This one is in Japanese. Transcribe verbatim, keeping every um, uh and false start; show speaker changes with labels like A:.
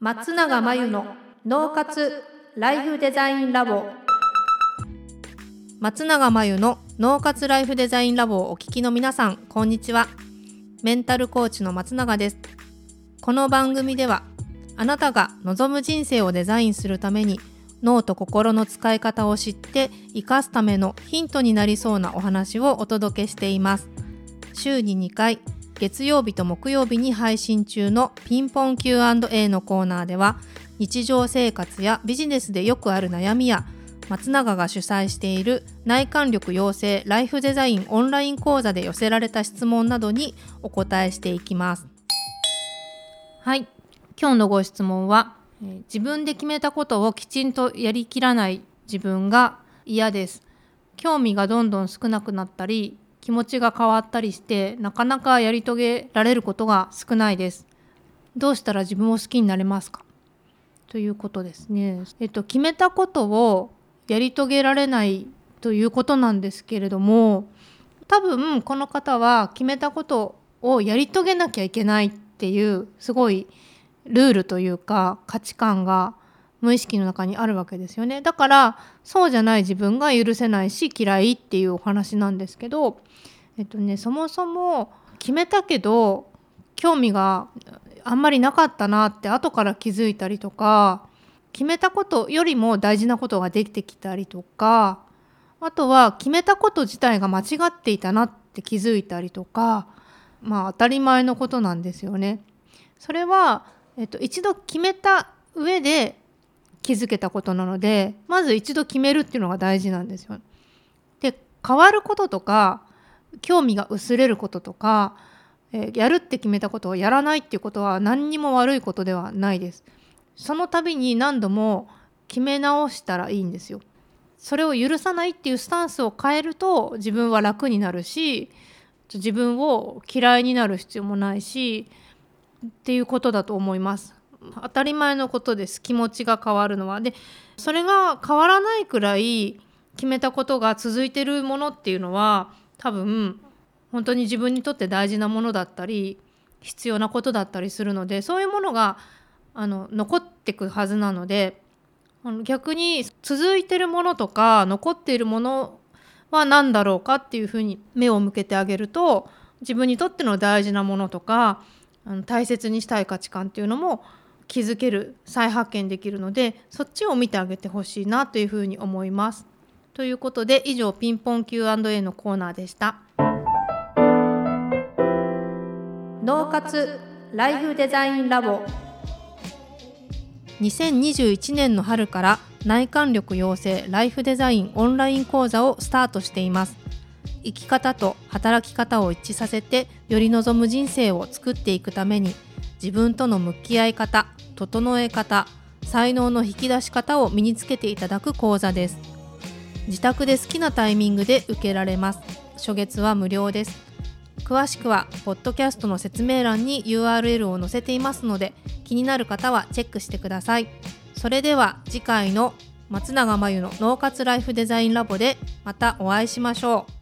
A: 松永真由の脳活ライフデザインラボ。松永真由の脳活ライフデザインラボをお聞きの皆さん、こんにちは。メンタルコーチの松永です。この番組では、あなたが望む人生をデザインするために脳と心の使い方を知って生かすためのヒントになりそうなお話をお届けしています。週ににかい、月曜日と木曜日に配信中のピンポン キューアンドエー のコーナーでは、日常生活やビジネスでよくある悩みや、松永が主催している内観力養成ライフデザインオンライン講座で寄せられた質問などにお答えしていきます。はい、今日のご質問は、自分で決めたことをきちんとやりきらない自分が嫌です。興味がどんどん少なくなったり、気持ちが変わったりして、なかなかやり遂げられることが少ないです。どうしたら自分を好きになれますか？ということですね。えっと、決めたことをやり遂げられないということなんですけれども、多分この方は決めたことをやり遂げなきゃいけないっていうすごいルールというか価値観が無意識の中にあるわけですよね。だからそうじゃない自分が許せないし嫌いっていうお話なんですけど、えっとね、そもそも決めたけど興味があんまりなかったなって後から気づいたりとか、決めたことよりも大事なことができてきたりとか、あとは決めたこと自体が間違っていたなって気づいたりとか、まあ当たり前のことなんですよね。それは、えっと、一度決めた上で気づけたことなので、まず一度決めるっていうのが大事なんですよ。で、変わることとか興味が薄れることとか、えー、やるって決めたことをやらないっていうことは何にも悪いことではないです。その度に何度も決め直したらいいんですよ。それを許さないっていうスタンスを変えると自分は楽になるし、自分を嫌いになる必要もないしっていうことだと思います。当たり前のことです。気持ちが変わるのは。で、それが変わらないくらい決めたことが続いているものっていうのは、多分本当に自分にとって大事なものだったり必要なことだったりするので、そういうものがあの残っていくはずなので、あの逆に続いているものとか残っているものは何だろうかっていうふうに目を向けてあげると、自分にとっての大事なものとかあの大切にしたい価値観っていうのも気づける、再発見できるので、そっちを見てあげてほしいなというふうに思います。ということで、以上ピンポン キューアンドエー のコーナーでした。脳活ライフデザインラボ。にせんにじゅういちねんの春から内観力養成ライフデザインオンライン講座をスタートしています。生き方と働き方を一致させてより望む人生を作っていくために、自分との向き合い方、整え方、才能の引き出し方を身につけていただく講座です。自宅で好きなタイミングで受けられます。初月は無料です。詳しくはポッドキャストの説明欄に ユーアールエル を載せていますので、気になる方はチェックしてください。それでは次回の松永真由の脳活ライフデザインラボでまたお会いしましょう。